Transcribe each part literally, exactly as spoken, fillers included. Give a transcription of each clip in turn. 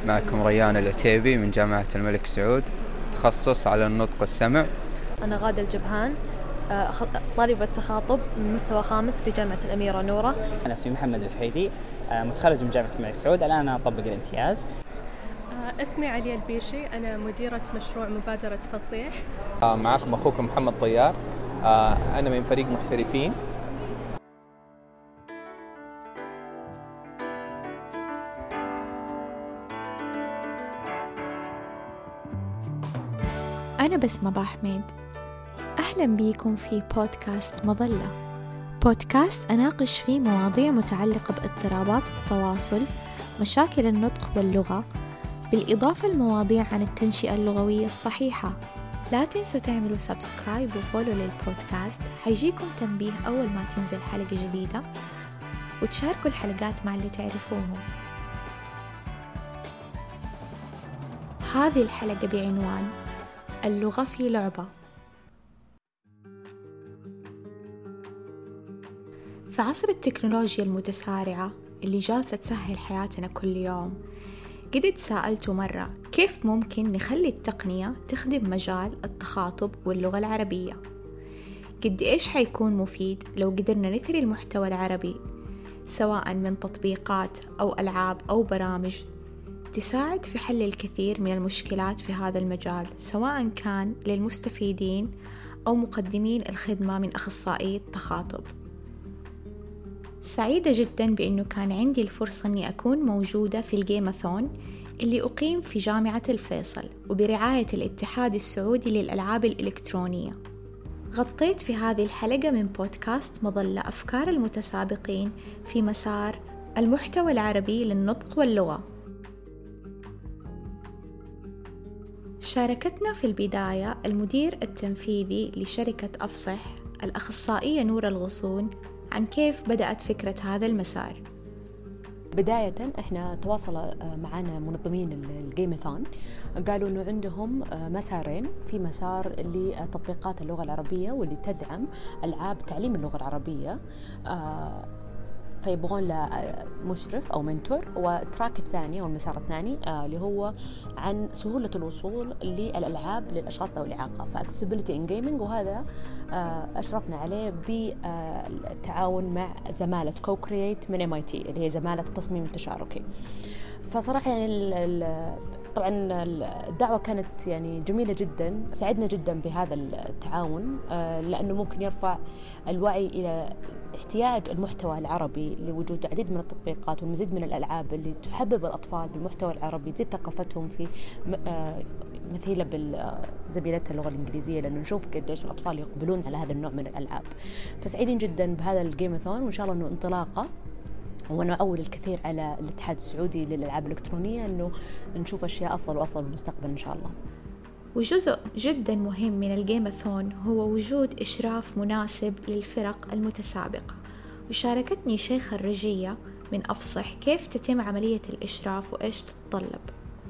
معكم ريان العتيبي من جامعة الملك سعود، تخصص على النطق والسمع. أنا غادة الجبهان، طالبة تخاطب من مستوى خامس في جامعة الأميرة نورة. أنا اسمي محمد الفحيدي، متخرج من جامعة الملك سعود، الآن أطبق الامتياز. اسمي عليا البيشي، أنا مديرة مشروع مبادرة فصيح. معكم أخوكم محمد طيار، أنا من فريق محترفين. أنا بسمة باحمد، أهلا بيكم في بودكاست مظلة، بودكاست أناقش فيه مواضيع متعلقة باضطرابات التواصل، مشاكل النطق واللغة، بالإضافة لمواضيع عن التنشئة اللغوية الصحيحة. لا تنسوا تعملوا سبسكرايب وفولو للبودكاست، حيجيكم تنبيه أول ما تنزل حلقة جديدة، وتشاركوا الحلقات مع اللي تعرفوهم. هذه الحلقة بعنوان اللغة في لعبة. في عصر التكنولوجيا المتسارعة اللي جالسة تسهل حياتنا كل يوم، قد تساءلت مرة كيف ممكن نخلي التقنية تخدم مجال التخاطب واللغة العربية؟ قد إيش حيكون مفيد لو قدرنا نثري المحتوى العربي، سواء من تطبيقات أو ألعاب أو برامج تساعد في حل الكثير من المشكلات في هذا المجال، سواء كان للمستفيدين أو مقدمين الخدمة من أخصائي التخاطب. سعيدة جدا بأنه كان عندي الفرصة أني أكون موجودة في الجيماثون اللي أقيم في جامعة الفيصل وبرعاية الاتحاد السعودي للألعاب الإلكترونية. غطيت في هذه الحلقة من بودكاست مظلة أفكار المتسابقين في مسار المحتوى العربي للنطق واللغة. شاركتنا في البداية المدير التنفيذي لشركة أفصح الأخصائية نورة الغصون عن كيف بدأت فكرة هذا المسار. بداية احنا تواصل معنا منظمين الجيماثون، قالوا انه عندهم مسارين، في مسار لتطبيقات اللغة العربية واللي تدعم ألعاب تعليم اللغة العربية، فيبغون له مشرف أو منتور، والتراك الثاني أو المسار الثاني اللي هو عن سهولة الوصول للألعاب للأشخاص ذوي الإعاقة، فاكسسبيليتي إن جيمنج، وهذا أشرفنا عليه بالتعاون مع زمالة كو كرييت من إم آي تي اللي هي زمالة التصميم التشاركي. فصراحة يعني طبعا الدعوة كانت يعني جميلة جدا، سعدنا جدا بهذا التعاون لأنه ممكن يرفع الوعي إلى احتياج المحتوى العربي لوجود العديد من التطبيقات والمزيد من الألعاب اللي تحبب الأطفال بالمحتوى العربي، تزيد ثقافتهم في مثيلة بالزميلات اللغة الإنجليزية، لأنه نشوف قديش الأطفال يقبلون على هذا النوع من الألعاب. فسعيدين جدا بهذا الجيماثون، وإن شاء الله أنه انطلاقة ونعول الكثير على الاتحاد السعودي للألعاب الإلكترونية أنه نشوف أشياء أفضل وأفضل بالمستقبل إن شاء الله. وجزء جدا مهم من الجيماثون هو وجود إشراف مناسب للفرق المتسابقة، وشاركتني شيخة الرجية من أفصح كيف تتم عملية الإشراف وإيش تتطلب.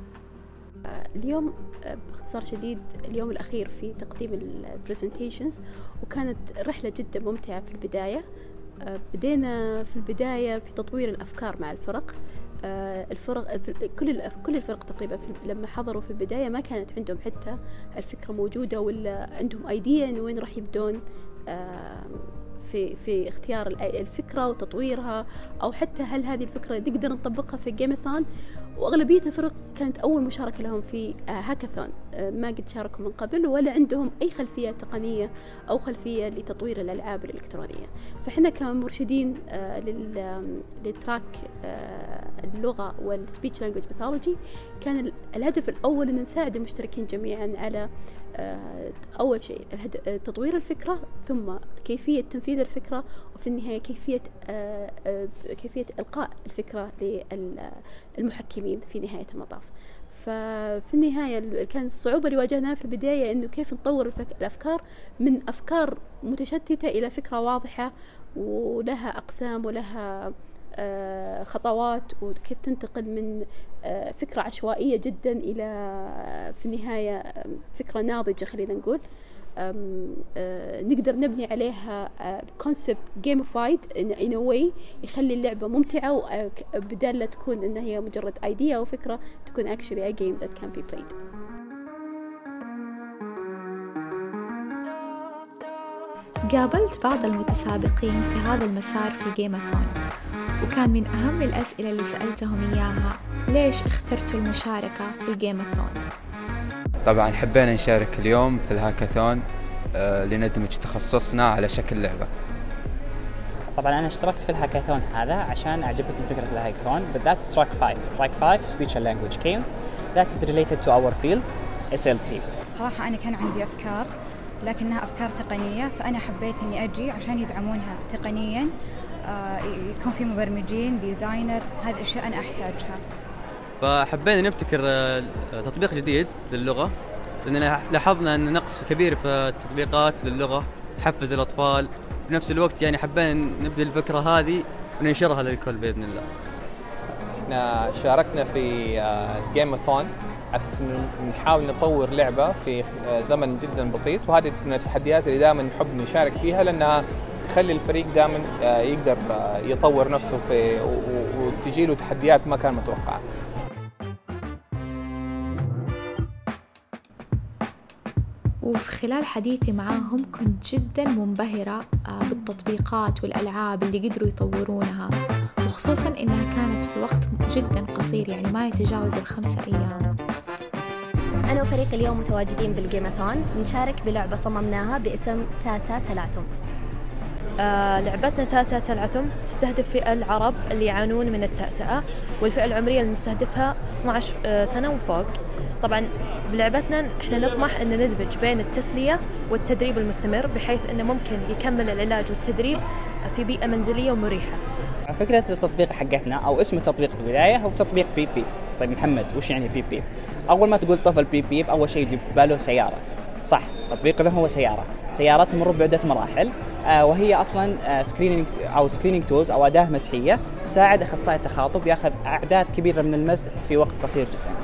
اليوم باختصار شديد اليوم الأخير في تقديم البرزنتيشنز، وكانت رحلة جدا ممتعة في البداية. بدينا في البداية في تطوير الأفكار مع الفرق. الفرق كل كل الفرق تقريبا لما حضروا في البداية ما كانت عندهم حتى الفكرة موجودة، ولا عندهم ايديا انه وين راح يبدون في في اختيار الفكرة وتطويرها، او حتى هل هذه الفكرة نقدر نطبقها في جيماثون. واغلبية الفرق كانت اول مشاركة لهم في هاكاثون، ما قد شاركوا من قبل ولا عندهم اي خلفية تقنية او خلفية لتطوير الالعاب الالكترونية. فاحنا كمرشدين للتراك اللغة والسبيتش لانجويج باثولوجي كان الهدف الاول ان نساعد المشتركين جميعا على أول شيء تطوير الفكرة، ثم كيفية تنفيذ الفكرة، وفي النهاية كيفية كيفية إلقاء الفكرة للمحكمين في نهاية المطاف. ففي النهاية كانت الصعوبة اللي واجهناها في البداية إنه كيف نطور الأفكار من أفكار متشتتة إلى فكرة واضحة ولها أقسام ولها خطوات، وكيف تنتقل من فكرة عشوائية جدا إلى في النهاية فكرة ناضجة خلينا نقول. نقدر نبني عليها كونسبت جيمفايد in a way يخلي اللعبة ممتعة، وبدال لا تكون إنها هي مجرد idea أو فكرة، تكون actually a game that can be played. قابلت بعض المتسابقين في هذا المسار في جيماثون، وكان من أهم الأسئلة اللي سألتهم إياها ليش اخترتوا المشاركة في الجيماثون؟ طبعا حبينا نشارك اليوم في الهاكاثون آه لندمج تخصصنا على شكل لعبة. طبعا أنا اشتركت في الهاكاثون هذا عشان أعجبتني فكرة الهاكاثون، بالذات تراك خمسة تراك خمسة Speech and Language Games that is related to our field إس إل بي. صراحة أنا كان عندي أفكار لكنها أفكار تقنية، فأنا حبيت أني أجي عشان يدعمونها تقنياً، آه يكون في مبرمجين ديزاينر، هذه الأشياء أنا أحتاجها. فحبينا نبتكر تطبيق جديد للغة، لأننا لاحظنا أن نقص كبير في التطبيقات للغة تحفز الأطفال. في نفس الوقت يعني حبينا نبدأ الفكرة هذه وننشرها للكل بإذن الله. احنا شاركنا في جيماثون على أساس نحاول نطور لعبة في زمن جدا بسيط، وهذه من التحديات اللي دائما نحب نشارك فيها لأنها تخلي الفريق دائما يقدر يطور نفسه في وتجي له تحديات ما كان متوقعة. وفي خلال حديثي معاهم كنت جدا منبهرة بالتطبيقات والألعاب اللي قدروا يطورونها، وخصوصا إنها كانت في وقت جدا قصير، يعني ما يتجاوز الخمسة أيام. أنا وفريق اليوم متواجدين بالجيماثون، نشارك بلعبة صممناها باسم تاتا تلعثم. آه لعبتنا تاتا تلعثم تستهدف فئة العرب اللي يعانون من التأتأة، والفئة العمرية اللي نستهدفها اثنتي عشرة سنة وفوق. طبعا بلعبتنا احنا نطمح ان ندمج بين التسلية والتدريب المستمر، بحيث انه ممكن يكمل العلاج والتدريب في بيئة منزلية ومريحة. فكرة التطبيق حقتنا او اسم التطبيق في البداية هو تطبيق بيب بيب. طيب محمد، وش يعني بيب بيب؟ اول ما تقول طفل بيب بيب اول شيء يجيب باله سيارة. صح، تطبيقنا هو سيارة سيارة تمر بعدة مراحل، آه وهي اصلا آه سكرينينج او سكرينينج تولز او أداة مسحية تساعد اخصائي التخاطب ياخذ اعداد كبيرة من المسح في وقت قصير جدا.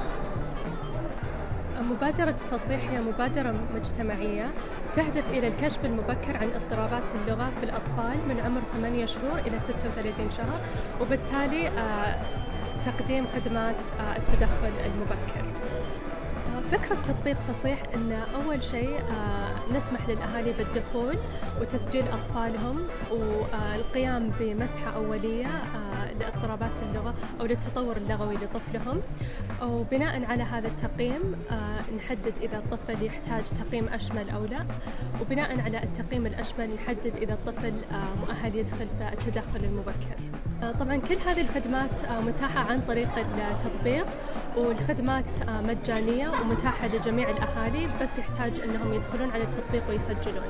مبادرة فصيح هي مبادرة مجتمعية تهدف إلى الكشف المبكر عن اضطرابات اللغة في الأطفال من عمر ثمانية شهور إلى ستة وثلاثين شهر، وبالتالي آه تقديم خدمات آه التدخل المبكر. فكرة تطبيق فصيح أن أول شيء آه نسمح للأهالي بالدخول وتسجيل أطفالهم والقيام بمسحة أولية آه لاضطرابات اللغة أو للتطور اللغوي لطفلهم، وبناء على هذا التقييم آه نحدد إذا الطفل يحتاج تقييم أشمل أو لا، وبناء على التقييم الأشمل نحدد إذا الطفل آه مؤهل يدخل في التدخل المبكر. آه طبعا كل هذه الخدمات آه متاحة عن طريق التطبيق، والخدمات آه مجانية ومتاحة لجميع الأهالي، بس يحتاج أنهم يدخلون على التطبيق ويسجلون.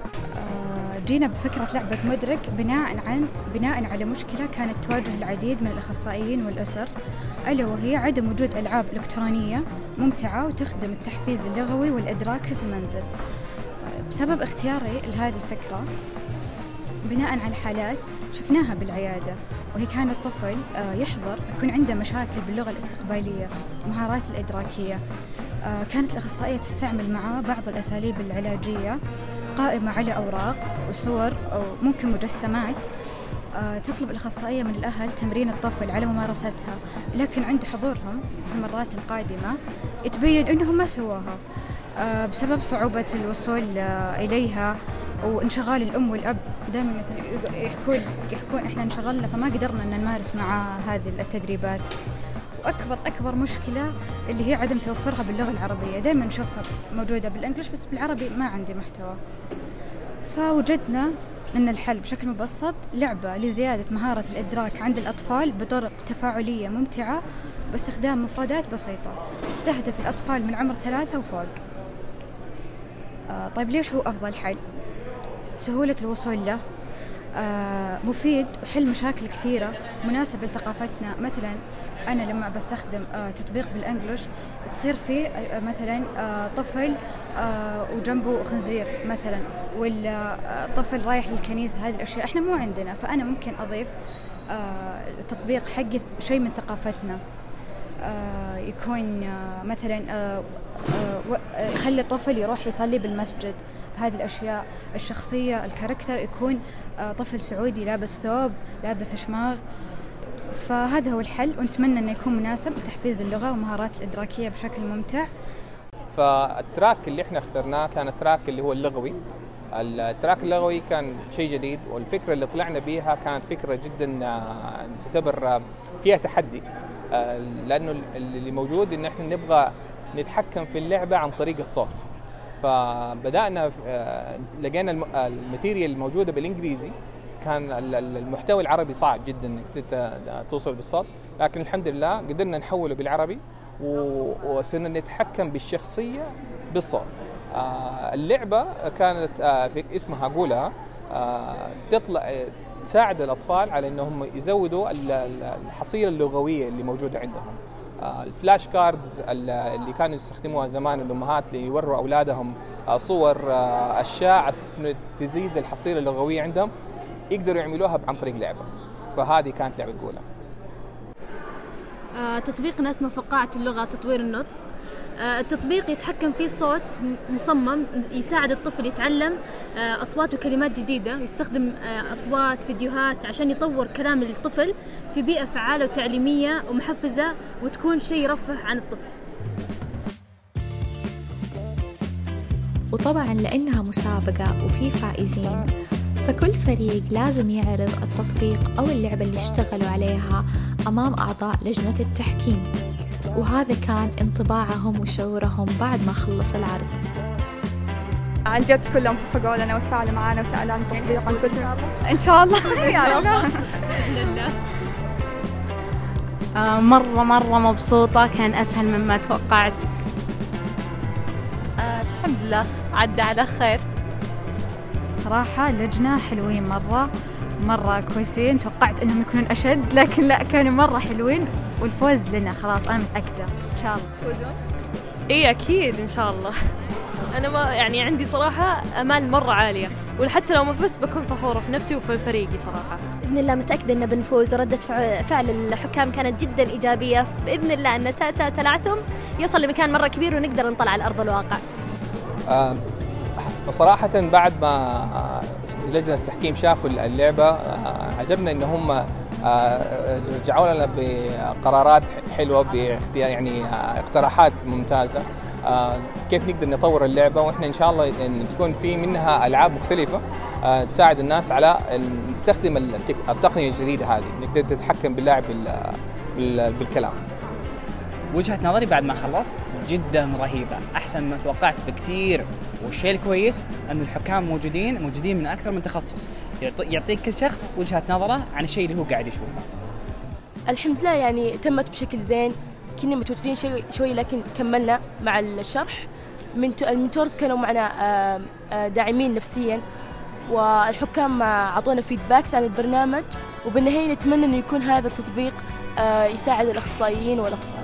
جينا بفكرة لعبة مدرك بناء عن بناء على مشكلة كانت تواجه العديد من الأخصائيين والأسر، ألا وهي عدم وجود ألعاب إلكترونية ممتعة وتخدم التحفيز اللغوي والإدراكي في المنزل. بسبب اختياري لهذه الفكرة بناء على حالات شفناها بالعيادة، وهي كان الطفل يحضر يكون عنده مشاكل باللغة الاستقبالية ومهارات الإدراكية. كانت الأخصائية تستعمل معه بعض الأساليب العلاجية قائمة على أوراق وصور أو ممكن مجسمات. تطلب الأخصائية من الأهل تمرين الطفل على ممارستها، لكن عند حضورهم في المرات القادمة يتبين أنهم ما سواها بسبب صعوبة الوصول إليها وانشغال الأم والأب. دائما مثلا يحكون يحكون إحنا انشغلنا فما قدرنا أن نمارس مع هذه التدريبات. وأكبر أكبر مشكلة اللي هي عدم توفرها باللغة العربية، دائما نشوفها موجودة بالإنجليش بس بالعربي ما عندي محتوى. فوجدنا أن الحل بشكل مبسط لعبة لزيادة مهارة الإدراك عند الأطفال بطرق تفاعلية ممتعة باستخدام مفردات بسيطة تستهدف الأطفال من عمر ثلاثة وفوق. آه طيب ليش هو أفضل حل؟ سهولة الوصول له، آه مفيد وحل مشاكل كثيرة مناسب لثقافتنا. مثلا أنا لما بستخدم آه تطبيق بالإنجليش تصير فيه آه مثلا آه طفل آه وجنبه خنزير مثلا، ولا طفل رايح للكنيسة، هذه الأشياء إحنا مو عندنا، فأنا ممكن أضيف آه التطبيق حقي شيء من ثقافتنا. آه يكون آه مثلا آه آه يخلي الطفل يروح يصلي بالمسجد هذه الأشياء. الشخصية الكاركتر يكون طفل سعودي لابس ثوب لابس أشماغ. فهذا هو الحل، ونتمنى أنه يكون مناسب لتحفيز اللغة ومهارات الإدراكية بشكل ممتع. فالتراك اللي احنا اخترناه كان التراك اللي هو اللغوي. التراك اللغوي كان شيء جديد، والفكرة اللي طلعنا بيها كانت فكرة جدا تعتبر فيها تحدي، لأنه اللي موجود إن احنا نبغى نتحكم في اللعبة عن طريق الصوت. فبدأنا لقينا الماتيريال الموجودة بالإنجليزي، كان المحتوى العربي صعب جدا انك توصل بالصوت، لكن الحمد لله قدرنا نحوله بالعربي وصرنا نتحكم بالشخصية بالصوت. اللعبة كانت في اسمها قولها، تطلع تساعد الأطفال على أنهم يزودوا الحصيلة اللغوية اللي موجودة عندهم. الفلاش كاردز اللي كانوا يستخدموها زمان الأمهات ليوروا أولادهم صور أشياء تزيد الحصيلة اللغوية عندهم، يقدروا يعملوها عن طريق لعبة. فهذه كانت لعبة قولها. آه، تطبيقنا اسمه فقاعة اللغة تطوير النطق. آه، التطبيق يتحكم فيه صوت مصمم يساعد الطفل يتعلم آه، أصوات وكلمات جديدة، يستخدم آه، أصوات فيديوهات عشان يطور كلام الطفل في بيئة فعالة وتعليمية ومحفزة، وتكون شيء يرفه عن الطفل. وطبعا لأنها مسابقة وفي فائزين، فكل فريق لازم يعرض التطبيق أو اللعبة اللي اشتغلوا عليها أمام أعضاء لجنة التحكيم، وهذا كان انطباعهم وشعورهم بعد ما خلص العرض. عن جد كلهم صفقوا لنا وتفاعلوا معنا وسألوا عن التطبيق. إن شاء الله يا رب. آه مرة مرة مبسوطة، كان أسهل مما توقعت. آه الحمد لله عدى على خير. صراحة اللجنة حلوين مرة مرة كويسين، توقعت انهم يكونون اشد لكن لا، كانوا مرة حلوين، والفوز لنا خلاص انا متأكدة ان شاء الله تفوزون. ايه اكيد ان شاء الله. انا ما يعني عندي صراحة امال مرة عالية، وحتى لو ما فزت بكون فخورة في نفسي وفي فريقي صراحة. بإذن الله متأكدة إن بنفوز، وردة فعل الحكام كانت جدا إيجابية. بإذن الله أن تاتا تلعثم يصل لمكان مرة كبير ونقدر نطلع على أرض الواقع. آه صراحة بعد ما لجنة التحكيم شافوا اللعبة عجبنا إن هم رجعوا لنا بقرارات حلوة، باختيار يعني اقتراحات ممتازة كيف نقدر نطور اللعبة، وإحنا إن شاء الله إن تكون في منها ألعاب مختلفة تساعد الناس على نستخدم التقنية الجديدة هذه، نقدر تتحكم باللاعب بالكلام. وجهة نظري بعد ما خلصت جدا رهيبة، أحسن ما توقعت بكثير. والشيء الكويس أن الحكام موجودين موجودين من أكثر من تخصص، يعطيك كل شخص وجهة نظره عن الشيء اللي هو قاعد يشوفه. الحمد لله يعني تمت بشكل زين، كنا متوترين شوي شوي لكن كملنا مع الشرح. المنتورز كانوا معنا داعمين نفسيا، والحكام عطونا فيدباكس عن البرنامج، وبالنهاية نتمنى أنه يكون هذا التطبيق يساعد الأخصائيين والأطفال.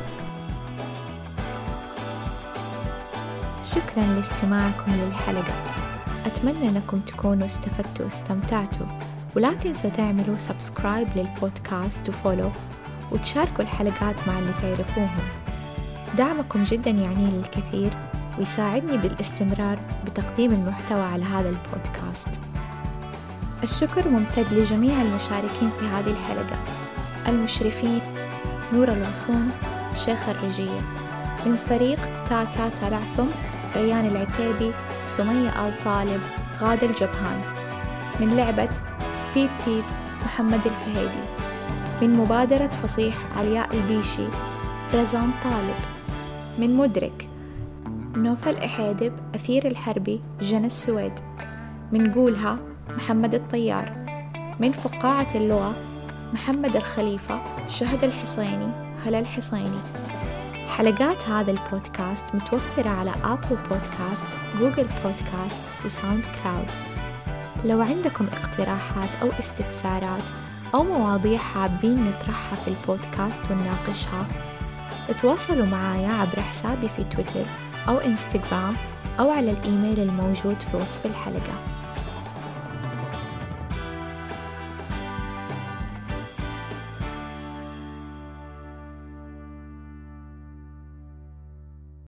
شكراً لاستماعكم للحلقة، أتمنى أنكم تكونوا استفدتوا واستمتعتوا، ولا تنسوا تعملوا سبسكرايب للبودكاست وفولو، وتشاركوا الحلقات مع اللي تعرفوهم. دعمكم جداً يعني لي الكثير ويساعدني بالاستمرار بتقديم المحتوى على هذا البودكاست. الشكر ممتد لجميع المشاركين في هذه الحلقة: المشرفين نور العصون، شيخ الرجية، من فريق تاتا تلعثم ريان العتيبي، سمية آل طالب، غادة الجبهان، من لعبة بيب بيب محمد الفهيدي، من مبادرة فصيح علياء البيشي رزان طالب، من مدرك نوفل إحيدب أثير الحربي جنى السويد، من قولها محمد الطيار، من فقاعة اللغة محمد الخليفة، شهد الحصيني، هلا الحصيني. حلقات هذا البودكاست متوفرة على أبل بودكاست، جوجل بودكاست وساوند كلاود. لو عندكم اقتراحات أو استفسارات أو مواضيع حابين نطرحها في البودكاست ونناقشها، تواصلوا معايا عبر حسابي في تويتر أو إنستغرام أو على الإيميل الموجود في وصف الحلقة.